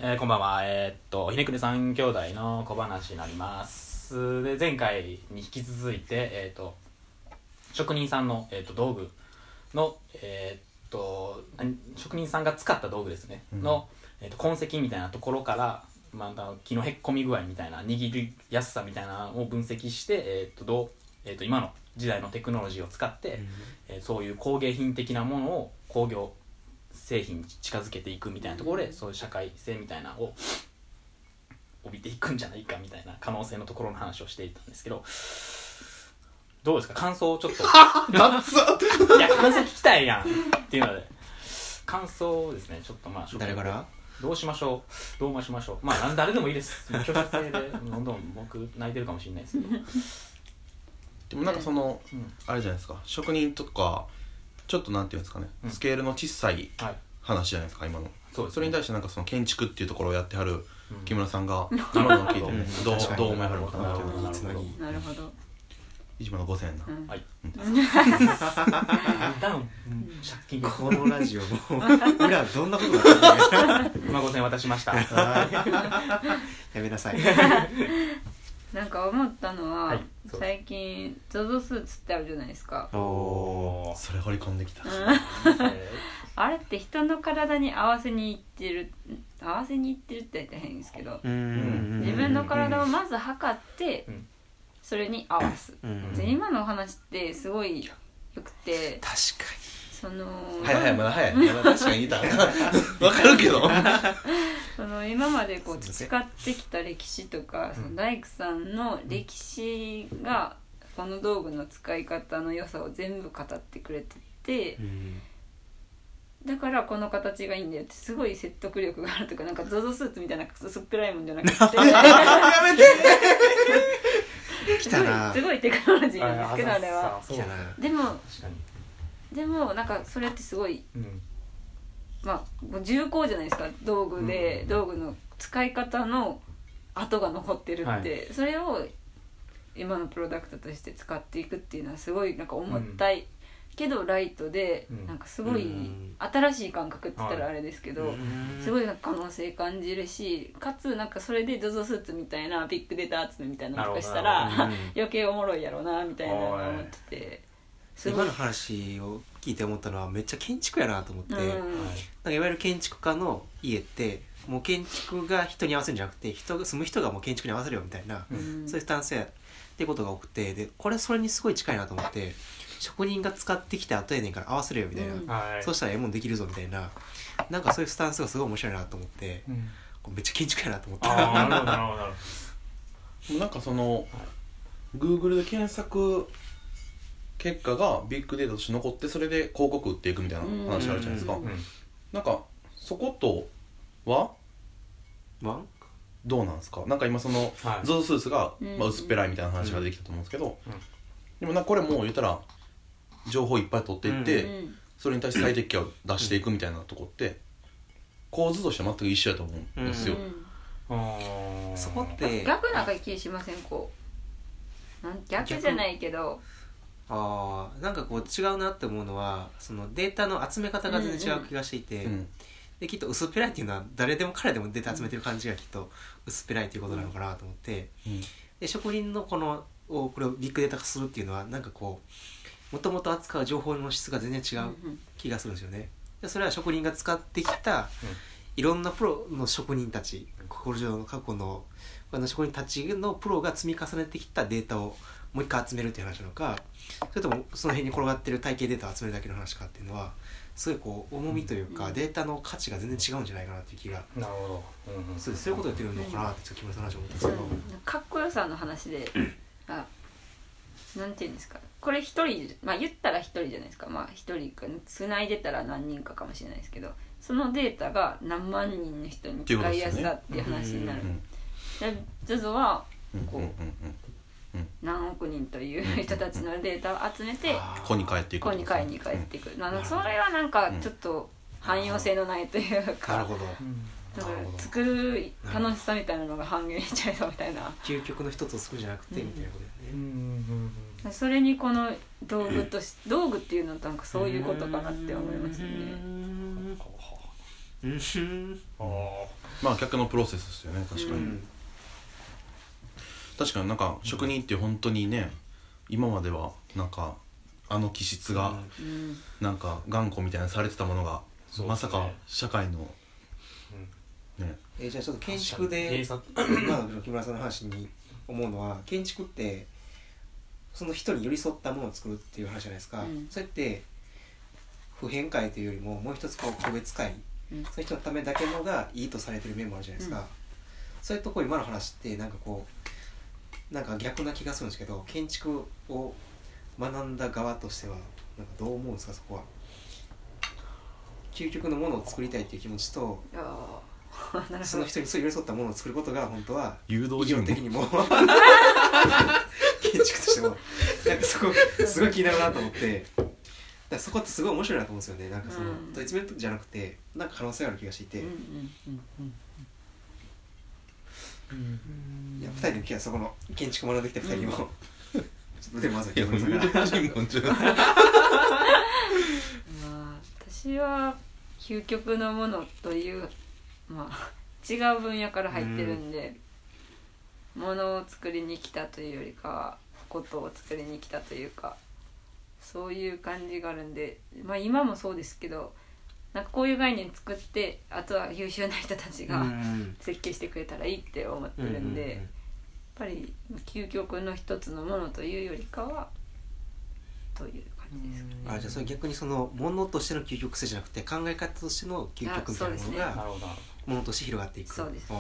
こんばんは。ひねくれ三兄弟の小話になります。で、前回に引き続いて、職人さんの、道具の、職人さんが使った道具ですね、の、痕跡みたいなところから、木のへっこみ具合みたいな、握りやすさみたいなのを分析して、今の時代のテクノロジーを使って、そういう工芸品的なものを工業製品に近づけていくみたいなところで、そういう社会性みたいなのを帯びていくんじゃないかみたいな可能性のところの話をしていたんですけど、どうですか、感想をちょっといや感想聞きたいやんっていうので感想をですね、ちょっと誰からどうしましょう誰でもいいです拒否制でどんどん僕泣いてるかもしれないですけどでもなんかその、あれじゃないですか、職人とかちょっとなんていうんですかね、スケールの小さい話じゃないですか、今の。 そうですね、 それに対してなんかその建築っていうところをやってはる木村さんが今のを聞いてどう思いはるのかなっていうのがなるほど。 1万の5000円な、 はい。借金このラジオも裏どんなことだったっけ今5000円渡しましたやめなさいなんか思ったのは、 はい、 最近 ZOZO スーツってあるじゃないですか。 おー、それ掘り込んできたあれって人の体に合わせにいってるって言ったら変ですけど、自分の体をまず測ってそれに合わす。で今のお話ってすごいよくて、 確かそのまだ早い確かに言いたいわかるけどその今までこう培ってきた歴史とか、その大工さんの歴史がこの道具の使い方の良さを全部語ってくれてて、だからこの形がいいんだよってすごい説得力があるとか、なんか ZOZO スーツみたいな薄っぺらいもんじゃなくてやめて来たな、 すごいテクノロジーなんですけど、あれは来たな。 でもなんかそれってすごい、重厚じゃないですか、道具の使い方の跡が残ってるって、それを今のプロダクトとして使っていくっていうのはすごいなんか重たい、けどライトでなんかすごい新しい感覚って言ったらあれですけど、すごいなんか可能性感じるし、かつなんかそれで ZOZO スーツみたいなビッグデータ集めみたいなのとかしたら余計おもろいやろうなみたいなのを思ってて、 今の話を聞いて思ったのはめっちゃ建築やなと思って、なんかいわゆる建築家の家ってもう建築が人に合わせるんじゃなくて住む人がもう建築に合わせるよみたいな、そういうスタンスやっていうことが多くて、でこれそれにすごい近いなと思って、職人が使ってきた後やねんから合わせるよみたいな、そうしたらええもんできるぞみたいな、なんかそういうスタンスがすごい面白いなと思って、めっちゃ建築やなと思ってなんかその Google で検索結果がビッグデータとして残って、それで広告売っていくみたいな話あるじゃないですか。なんかそことはどうなんですか。なんか今その ZOZO スーツが薄っぺらいみたいな話ができたと思うんですけど、でもこれも言ったら情報いっぱい取っていって、それに対して最適解を出していくみたいなとこって構図としては全く一緒やと思うんですよ。 そこって逆なんか気しません？逆じゃないけど、 なんかこう違うなって思うのは、そのデータの集め方が全然違う気がしていて、できっと薄っぺらいっていうのは誰でも彼でもデータ集めてる感じがきっと薄っぺらいっていうことなのかなと思って、で職人のこれをビッグデータ化するっていうのはなんかこうもともと扱う情報の質が全然違う気がするんですよね。でそれは職人が使ってきたいろんなプロの職人たち、過去の職人たちのプロが積み重ねてきたデータをもう一回集めるっていう話なのか、それともその辺に転がってる体系データを集めるだけの話かっていうのは、すごいこう重みというか、データの価値が全然違うんじゃないかなっていう気が、そういうことをやってるのかなって木村さんの話を思ったんですけど、 かっこよさの話でなんていうんですか、これ一人言ったら一人じゃないですか、一人か繋いでたら何人かかもしれないですけど、そのデータが何万人の人に使いやすさっていう話になる。で ZOZO はこう何億人という人たちのデータを集めてここに帰っていく、 それはなんかちょっと汎用性のないというか、 なるほど、 だから作る楽しさみたいなのが半減しちゃいそうみたいな、 究極の一つを作るんじゃなくてみたいなことだよね。 それにこの道具っていうのとなんかそういうことかなって思いますよね。 まあ逆のプロセスですよね確かに、確かになんか職人って本当にね今まではなんか気質がなんか頑固みたいなされてたものが、まさか社会の、 ね、じゃあちょっと建築で今の木村さんの話に思うのは建築ってその人に寄り添ったものを作るっていう話じゃないですか、それって普遍解というよりももう一つ個別解、そういう人のためだけのがいいとされてる面もあるじゃないですか、そういうとこ今の話ってなんかこうなんか逆な気がするんですけど、建築を学んだ側としてはなんかどう思うんですか、そこは。究極のものを作りたいっていう気持ちとその人にそう寄り添ったものを作ることが本当は誘導医療的にも建築としてもなんかそこすごい気になるなと思って、だからそこってすごい面白いなと思うんですよね。なんかその問い詰めるじゃなくてなんか可能性がある気がしていて、いや2人で今日はそこの建築学んできた2人にも、ちょっとでもまずは誘導尋問中私は究極のものという、違う分野から入ってるんで、ものを作りに来たというよりかはことを作りに来たというかそういう感じがあるんで、今もそうですけどなんかこういう概念作ってあとは優秀な人たちが設計してくれたらいいって思ってるんで、やっぱり究極の一つのものというよりかはという感じですかね。 じゃあそれ逆にそのものとしての究極性じゃなくて考え方としての究極みたいなものがものとして広がっていく。 そうです。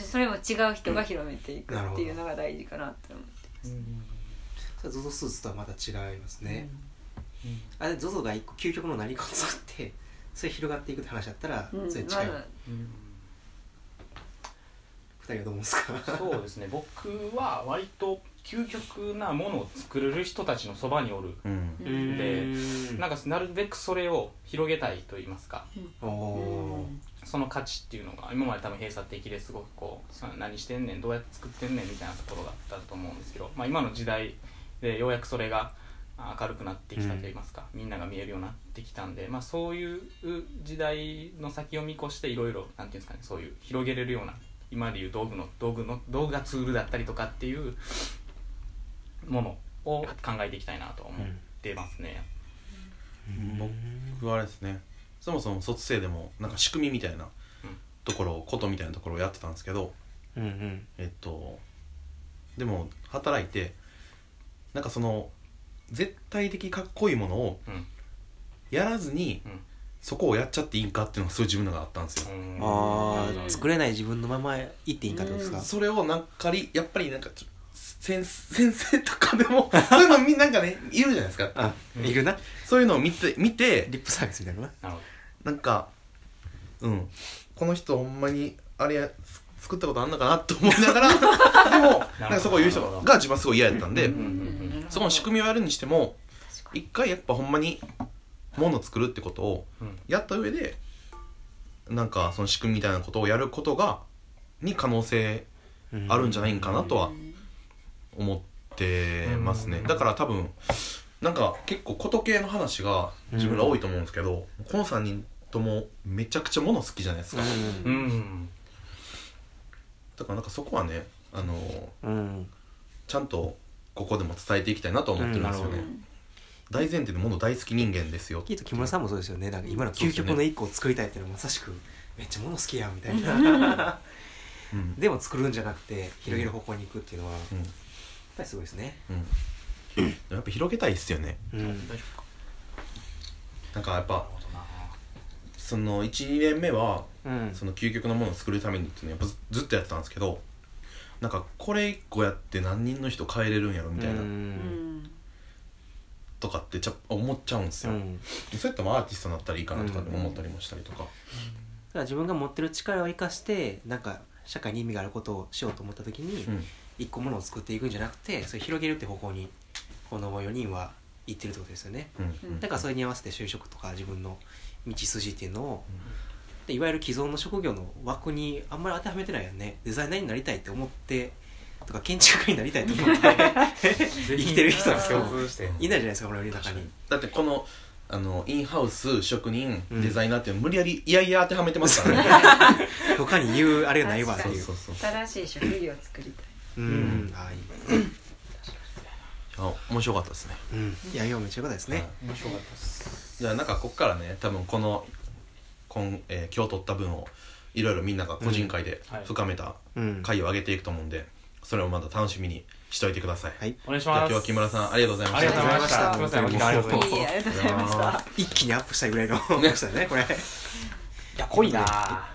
それも違う人が広めていくっていうのが大事かなと思ってます。 それ ZOZO スーツとはまた違いますね。あれ ZOZO が一個究極の何かを作ってそれ広がっていくって話だったらそれ違う。2人はどう思うんですか？ そうですね、僕は割と究極なものを作れる人たちのそばにおる、でなんかなるべくそれを広げたいと言いますか、その価値っていうのが今まで多分閉鎖的ですごくこう何してんねんどうやって作ってんねんみたいなところだったと思うんですけど、今の時代でようやくそれが明るくなってきたと言いますか、みんなが見えるようになってきたんで、そういう時代の先を見越していろいろなんていうんですかね、そういう広げれるような今でいう道具ツールだったりとかっていうものを考えていきたいなと思ってますね。 僕はあれですね、そもそも卒生でもなんか仕組みみたいなところことみたいなところをやってたんですけど、でも働いてなんかその絶対的かっこいいものをやらずに、そこをやっちゃっていいんかっていうのがすごい自分のがあったんですよ。 作れない自分のままいっていいんかってことですか？ それをなんかやっぱりなんか先生とかでもそういうのみんななんかねいるじゃないですか。 いるな。 そういうのを見てリップサービスみたいな。 なんかこの人ほんまにあれ作ったことあんのかなと思いながらでもなんかそこを言う人が自分はすごい嫌やったんで、そこの仕組みをやるにしても一回やっぱほんまにものを作るってことをやった上でなんかその仕組みみたいなことをやることに可能性あるんじゃないんかなとは思ってますね。だから多分なんか結構こと系の話が自分ら多いと思うんですけど、この3人ともめちゃくちゃ物好きじゃないですか。だからなんかそこはねちゃんとここでも伝えていきたいなと思ってるんですよね。大前提で物大好き人間ですよ。 きっと木村さんもそうですよね。なんか今の究極の一個を作りたいっていうのはまさしくめっちゃ物好きやんみたいなでも作るんじゃなくて広げる方向に行くっていうのはやっぱりすごいですね。 やっぱ広げたいっすよね。なんかやっぱその 1,2 年目はその究極のものを作るためにっていうのはやっぱずっとやってたんですけど、なんかこれ1個やって何人の人変えれるんやろみたいなとかって思っちゃうんですよ。そういったアーティストになったらいいかなとか思ったりもしたりとか、 だから自分が持ってる力を生かしてなんか社会に意味があることをしようと思った時に一個ものを作っていくんじゃなくてそれ広げるって方向にこの4人は行ってるってことですよね。だからそれに合わせて就職とか自分の道筋っていうのをいわゆる既存の職業の枠にあんまり当てはめてないよね。デザイナーになりたいって思ってとか建築家になりたいと思って生きてる人ですよいないじゃないですかこの世の中に。 だってこのインハウス職人デザイナーっていうの無理やりいやいや当てはめてますからね他に言うあれがないわっていうそうそう新しい職業を作りたい。 あいい面白かったですね。 いやめっちゃ良かったですね。 面白かったです。 じゃあなんかこっからね多分今日取った分をいろいろみんなが個人会で深めた回を上げていくと思うんで、それをまた楽しみにしといてください。 はい、 お願いします。 今日は木村さんありがとうございました。 ありがとうございました。すみません、お時間ありがとうございます。 ありがとうございました。 一気にアップしたいぐらいのましたねこれ。いや濃いな。